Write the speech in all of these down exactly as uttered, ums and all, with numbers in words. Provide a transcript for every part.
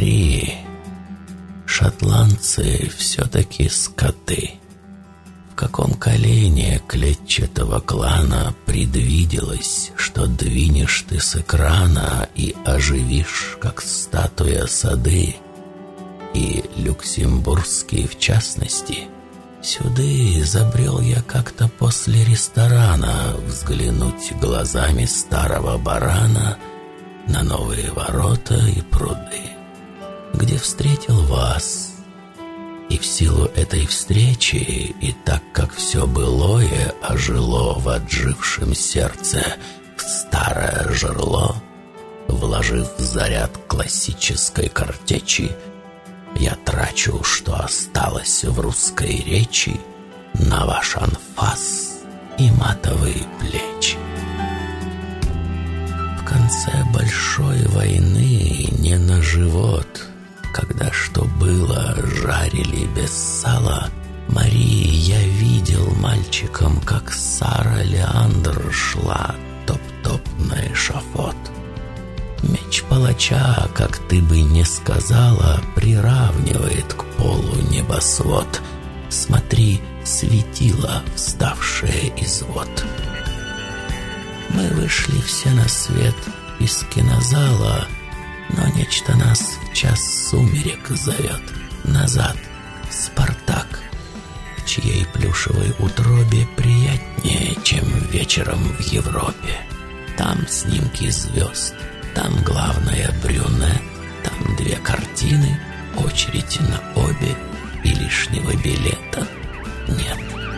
Мари, шотландцы все-таки скоты. В каком колене клетчатого клана предвиделось, что двинешь ты с экрана и оживишь, как статуя, сады, и люксембургские в частности. Сюды забрел я как-то после ресторана взглянуть глазами старого барана на новые ворота и пруды, где встретил вас. И в силу этой встречи, и так как все былое ожило в отжившем сердце в старое жерло, вложив в заряд классической картечи, я трачу, что осталось в русской речи, на ваш анфас и матовые плечи. В конце большой войны не на живот, когда что было жарили без сала, Марии я видел мальчиком, как Сара Леандр шла топ-топ на эшафот. Меч палача, как ты бы не сказала, приравнивает к полу небосвод. Смотри, светило, вставшее из вод. Мы вышли все на свет из кинозала, но нечто нас в час сумерек зовет назад, в Спартак, к чьей плюшевой утробе приятнее, чем вечером в Европе. Там снимки звезд, там главная брюнет, там две картины, очередь на обе, и лишнего билета нет.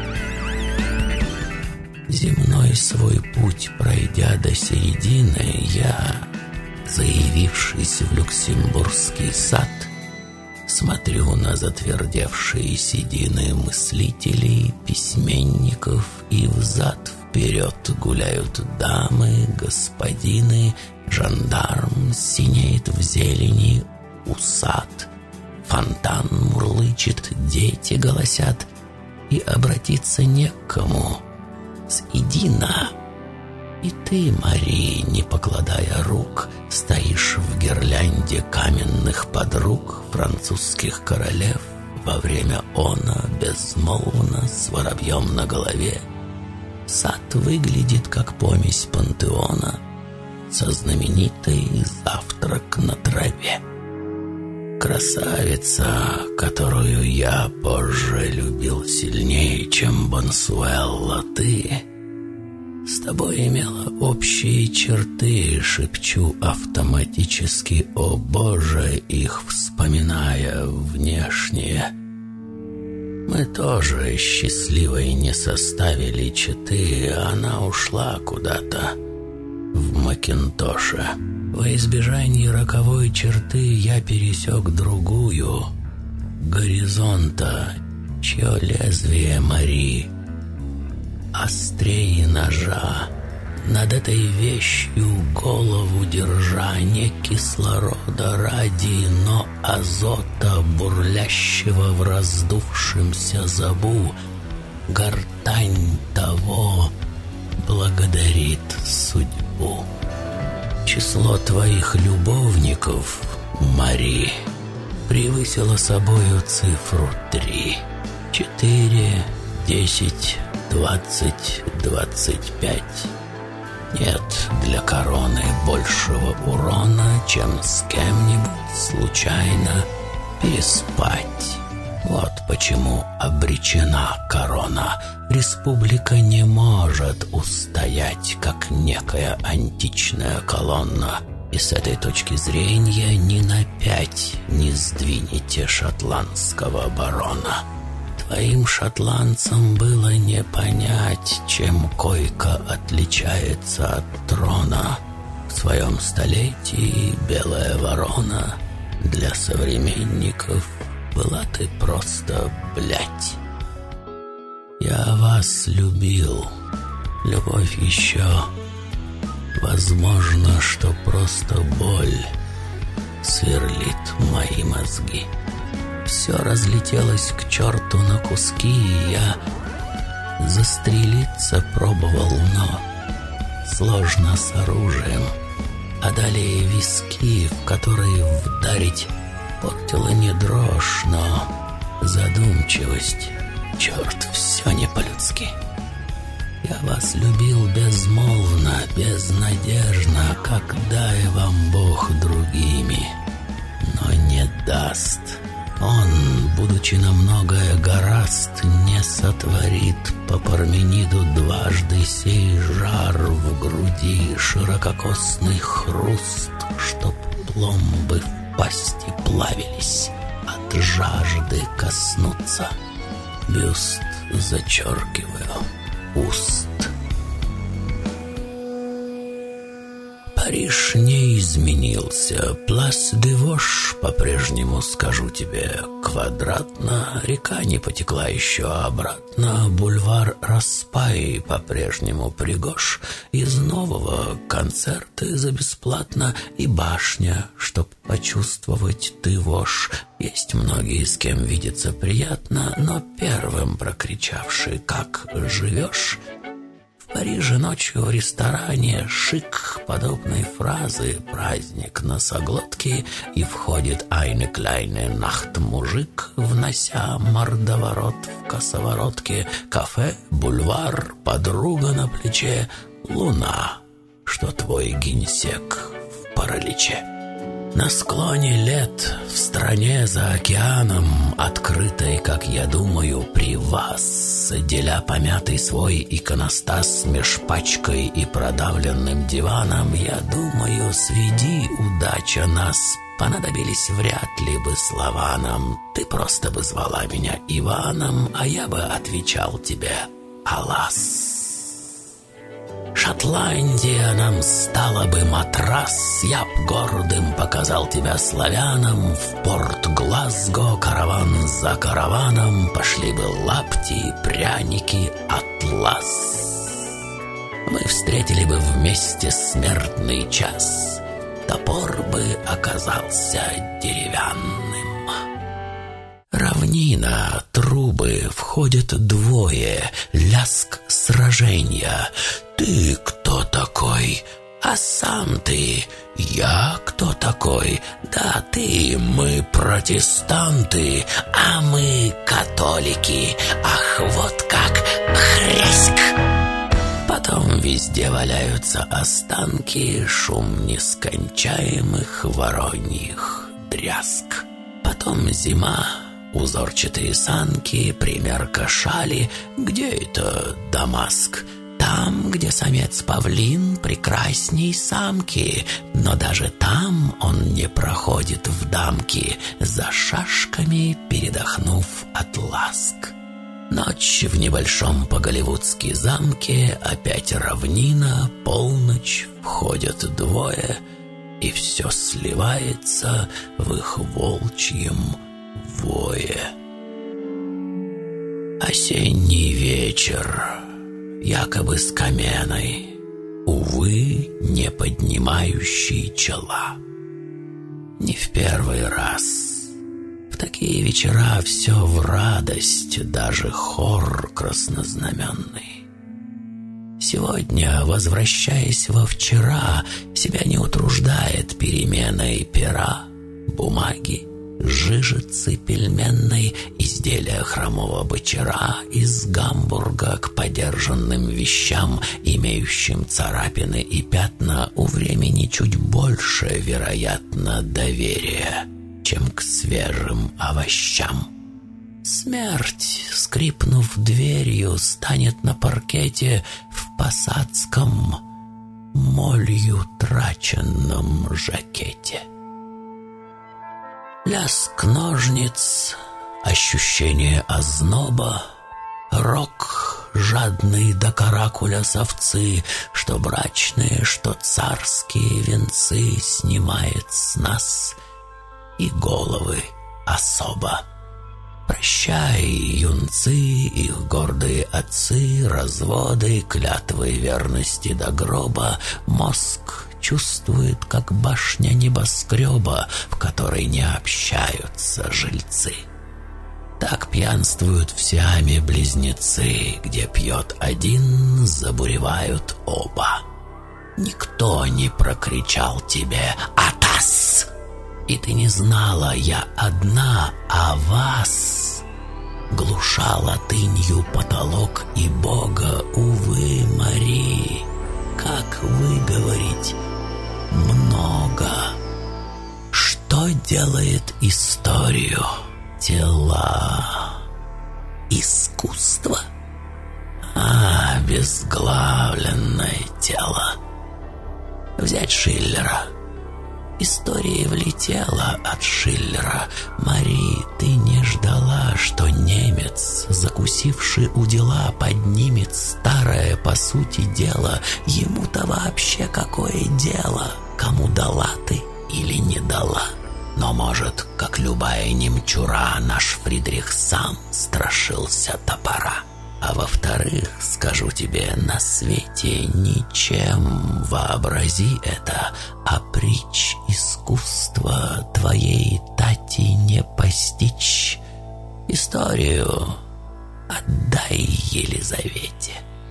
Земной свой путь пройдя до середины, я, заявившись в Люксембургский сад, смотрю на затвердевшие седины мыслителей, письменников, и взад-вперед гуляют дамы, господины, жандарм синеет в зелени усад, фонтан мурлычет, дети голосят, и обратиться не к кому. Сиди на... И ты, Мари, не покладая рук, стоишь в гирлянде каменных подруг французских королев во время она безмолвно с воробьем на голове. Сад выглядит как помесь пантеона со знаменитой «Завтрак на траве». Красавица, которую я позже любил сильнее, чем Бонсуэлла, ты... С тобой имела общие черты, шепчу автоматически, о Боже, их вспоминая внешние. Мы тоже счастливой не составили четы, она ушла куда-то в Макинтоше. Во избежание роковой черты я пересек другую, горизонта, чье лезвие, Мари, острее ножа, над этой вещью голову держа, не кислорода ради, но азота, бурлящего в раздувшемся забу, гортань того благодарит судьбу. Число твоих любовников, Мари, превысило собою цифру три. Четыре, десять, двадцать, двадцать пять. Нет для короны большего урона, чем с кем-нибудь случайно переспать. Вот почему обречена корона. Республика не может устоять, как некая античная колонна. И с этой точки зрения ни на пять не сдвинете шотландского барона. Твоим шотландцам было не понять, чем койка отличается от трона. В своем столетии белая ворона для современников была ты просто блядь. Я вас любил, любовь еще. Возможно, что просто боль сверлит мои мозги. Все разлетелось к черту на куски, и я застрелиться пробовал, но сложно с оружием. А далее виски, в которые вдарить Портила не дрожь, но задумчивость. Черт, все не по-людски. Я вас любил безмолвно, безнадежно, как дай вам Бог другими, но не даст. Он, будучи на многое горазд, не сотворит по Пармениду дважды сей жар в груди, ширококосный хруст, чтоб пломбы в пасти плавились, от жажды коснуться. Бюст зачеркиваю, уст. Париж не изменился. Плас де Вош по-прежнему, скажу тебе, квадратно. Река не потекла еще обратно. Бульвар Распай по-прежнему пригож. Из нового концерты за бесплатно. И башня, чтоб почувствовать ты вошь. Есть многие, с кем видеться приятно, но первым прокричавший «Как живешь?» В Париже ночью в ресторане шик подобной фразы, праздник носоглотки, и входит «Eine kleine Nacht» мужик, внося мордоворот в косоворотке, кафе, бульвар, подруга на плече, луна, что твой генсек в параличе. На склоне лет, в стране за океаном, открытой, как я думаю, при вас, деля помятый свой иконостас меж пачкой и продавленным диваном, я думаю, сведи, удача нас, понадобились вряд ли бы слова нам. Ты просто бы звала меня Иваном, а я бы отвечал тебе «Алас». Шотландия нам стала бы матрас, я б гордым показал тебя славянам. В порт Глазго караван за караваном пошли бы лапти, пряники, атлас. Мы встретили бы вместе смертный час, топор бы оказался деревянным. Равнина, трубы, входят двое, ляск сражения. Ты кто такой? А сам ты? Я кто такой? Да ты, мы протестанты, а мы католики. Ах, вот как, хряськ! Потом везде валяются останки, шум нескончаемых вороньих дрязг. Потом зима, узорчатые санки, примерка шали. Где это Дамаск? Там, где самец-павлин прекрасней самки, но даже там он не проходит в дамки, за шашками передохнув от ласк. Ночь в небольшом по-голливудски замке, опять равнина, полночь, входят двое, и все сливается в их волчьем вое. Осенний вечер, якобы с каменой, увы, не поднимающий чела. Не в первый раз. В такие вечера все в радость, даже хор краснознаменный. Сегодня, возвращаясь во вчера, себя не утруждает переменой пера, бумаги, жижицы пельменной, изделия хромого бочара, из Гамбурга к подержанным вещам, имеющим царапины и пятна, у времени чуть больше, вероятно, доверия, чем к свежим овощам. Смерть, скрипнув дверью, станет на паркете в посадском молью траченном жакете. Лязг ножниц, ощущение озноба, рок, жадный до каракуля совцы, что брачные, что царские венцы снимает с нас и головы особо. Прощай, юнцы, их гордые отцы, разводы, клятвы верности до гроба. Мозг чувствует, как башня небоскреба, в которой не общаются жильцы. Так пьянствуют в Сиаме близнецы, где пьет один, забуревают оба. Никто не прокричал тебе «Атас!» И ты не знала, я одна, а вас глушала тынью потолок и Бога, увы, Мари. Как выговорить много? Что делает историю? Тела. Искусство? А, безглавленное тело. Взять Шиллера. История влетела от Шиллера. Мари, ты не ждала, что немец, закусивший у дела, поднимет старое по сути дело. Ему-то вообще какое дело, кому дала ты или не дала? Но, может, как любая немчура, наш Фридрих сам страшился топора. А во-вторых, скажу тебе, на свете ничем, вообрази это, а притч искусства твоей Тати не постичь. Историю отдай Елизавете.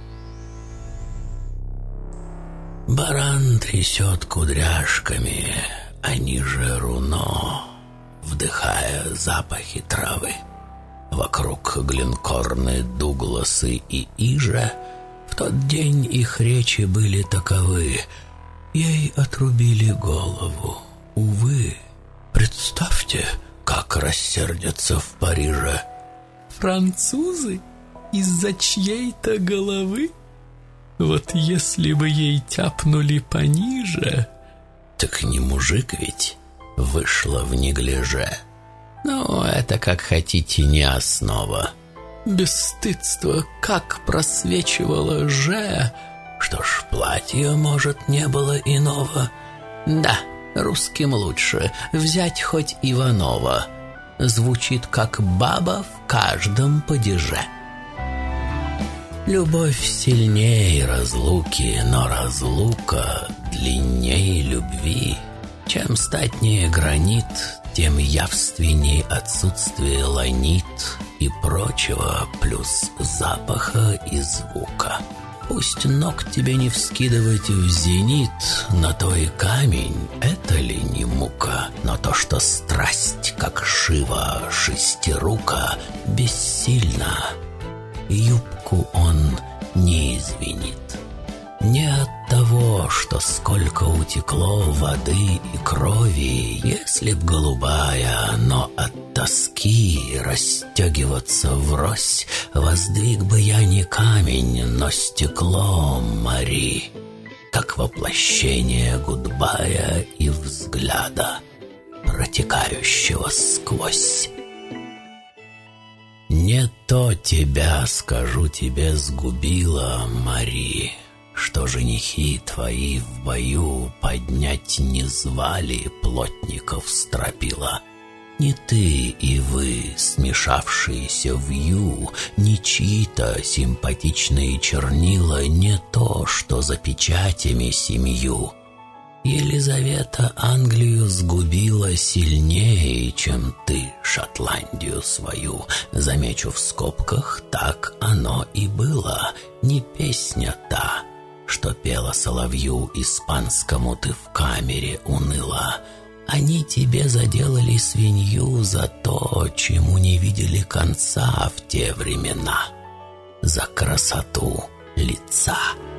Баран трясет кудряшками, а ниже руно, вдыхая запахи травы. Вокруг глинкорны Дугласы и Ижа. В тот день их речи были таковы. Ей отрубили голову. Увы, представьте, как рассердятся в Париже. Французы? Из-за чьей-то головы? Вот если бы ей тяпнули пониже. Так не мужик ведь, вышла в неглиже. Ну, это, как хотите, не основа. Бесстыдство как просвечивало же. Что ж, платья, может, не было иного. Да, русским лучше взять хоть Иванова. Звучит, как баба в каждом падеже. Любовь сильнее разлуки, но разлука длиннее любви. Чем статнее гранит, тем явственней отсутствие ланит и прочего, плюс запаха и звука. Пусть ног тебе не вскидывать в зенит, на твой камень это ли не мука? Но то, что страсть, как Шива шестирука, бессильна, юбку он не извинит. Не от того, что сколько утекло воды и крови, если б голубая, но от тоски расстегиваться врозь, воздвиг бы я не камень, но стекло, Мари, как воплощение гудбая и взгляда, протекающего сквозь. Не то тебя, скажу тебе, сгубила, Мари, что женихи твои в бою поднять не звали плотников стропила. Не ты и вы, смешавшиеся в ю, не чьи-то симпатичные чернила, не то, что за печатями семью. Елизавета Англию сгубила сильнее, чем ты Шотландию свою. Замечу в скобках, так оно и было, не песня та, что пела соловью испанскому ты в камере уныла. Они тебе заделали свинью за то, чему не видели конца в те времена, за красоту лица.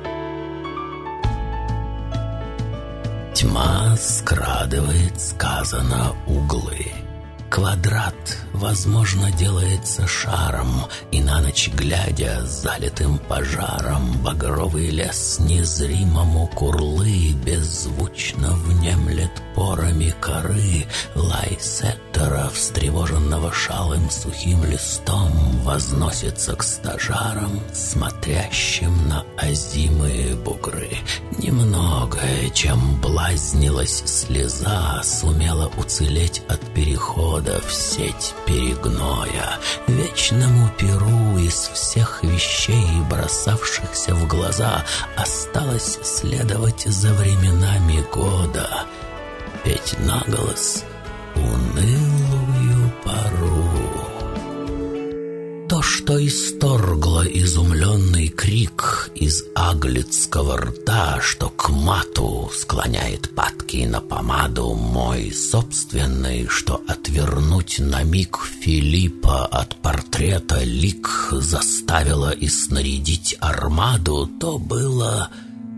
Тьма скрадывает, сказано, углы. Квадрат, возможно, делается шаром, и на ночь глядя, залитым пожаром, багровый лес незримому курлы беззвучно внемлет порами коры. Лай сеттера, встревоженного шалым сухим листом, возносится к стажарам, смотрящим на озимые бугры. Немногое, чем блазнилась слеза, сумела уцелеть от перехода в сеть перегноя. Вечному перу из всех вещей, бросавшихся в глаза, осталось следовать за временами года, петь наголос унылую пору. То, что что исторгло изумленный крик из аглицкого рта, что к мату склоняет падки на помаду мой собственный, что отвернуть на миг Филиппа от портрета лик заставило и снарядить армаду, то было...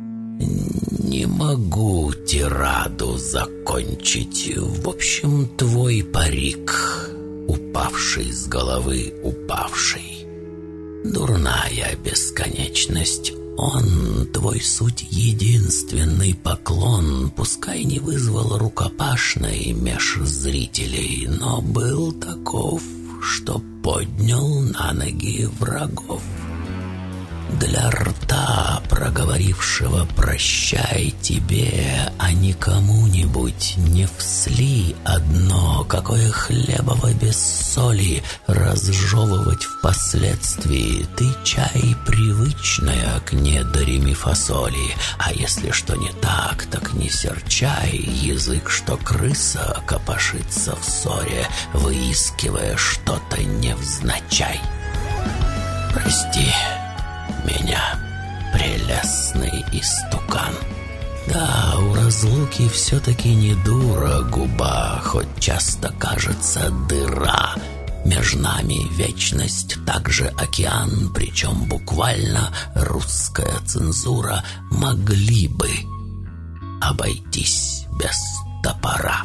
Не могу тираду закончить. В общем, твой парик, упавший с головы упавший. Дурная бесконечность. Он, твой суть единственный поклон, пускай не вызвал рукопашной меж зрителей, но был таков, что поднял на ноги врагов. Для рта, проговорившего «прощай тебе», а не кому-нибудь не всли одно, какое хлебово без соли разжевывать впоследствии. Ты чай привычная к недоре мифасоли, а если что не так, так не серчай, язык, что крыса копошится в ссоре, выискивая что-то невзначай. Прости меня, прелестный истукан. Да, у разлуки все-таки не дура губа, хоть часто кажется дыра. Меж нами вечность, также океан, причем буквально русская цензура могли бы обойтись без топора.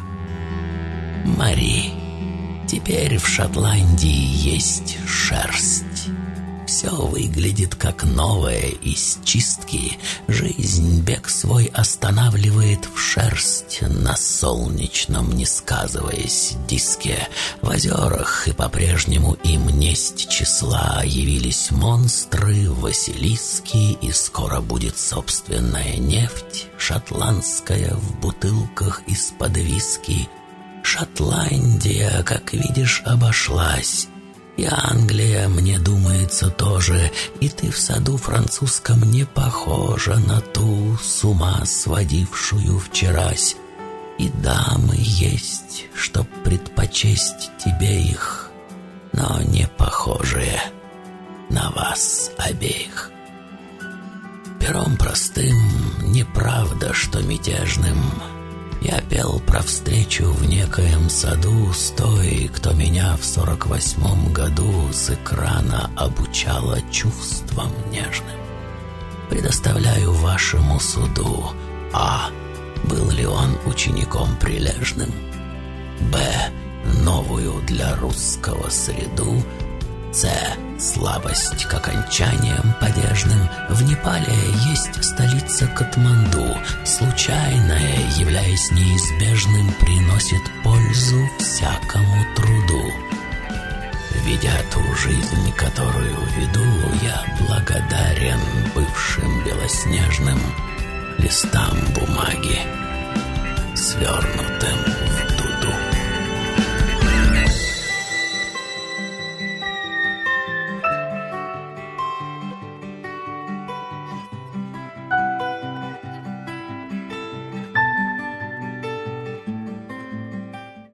Мари, теперь в Шотландии есть шерсть. Все выглядит как новое из чистки. Жизнь бег свой останавливает в шерсть на солнечном, не сказываясь, диске. В озерах и по-прежнему им несть числа явились монстры, василиски, и скоро будет собственная нефть шотландская в бутылках из-под виски. Шотландия, как видишь, обошлась. И Англия, мне думается, тоже, и ты в саду французском не похожа на ту, с ума сводившую вчерась. И дамы есть, чтоб предпочесть тебе их, но не похожие на вас обеих. Пером простым, неправда, что мятежным, я пел про встречу в некоем саду с той, кто меня в сорок восьмом году с экрана обучала чувствам нежным. Предоставляю вашему суду: а. был ли он учеником прилежным? б. новую для русского среду. С. слабость к окончаниям падежным. В Непале есть столица Катманду. Случайное, являясь неизбежным, приносит пользу всякому труду. Ведя ту жизнь, которую веду, я благодарен бывшим белоснежным листам бумаги, свернутым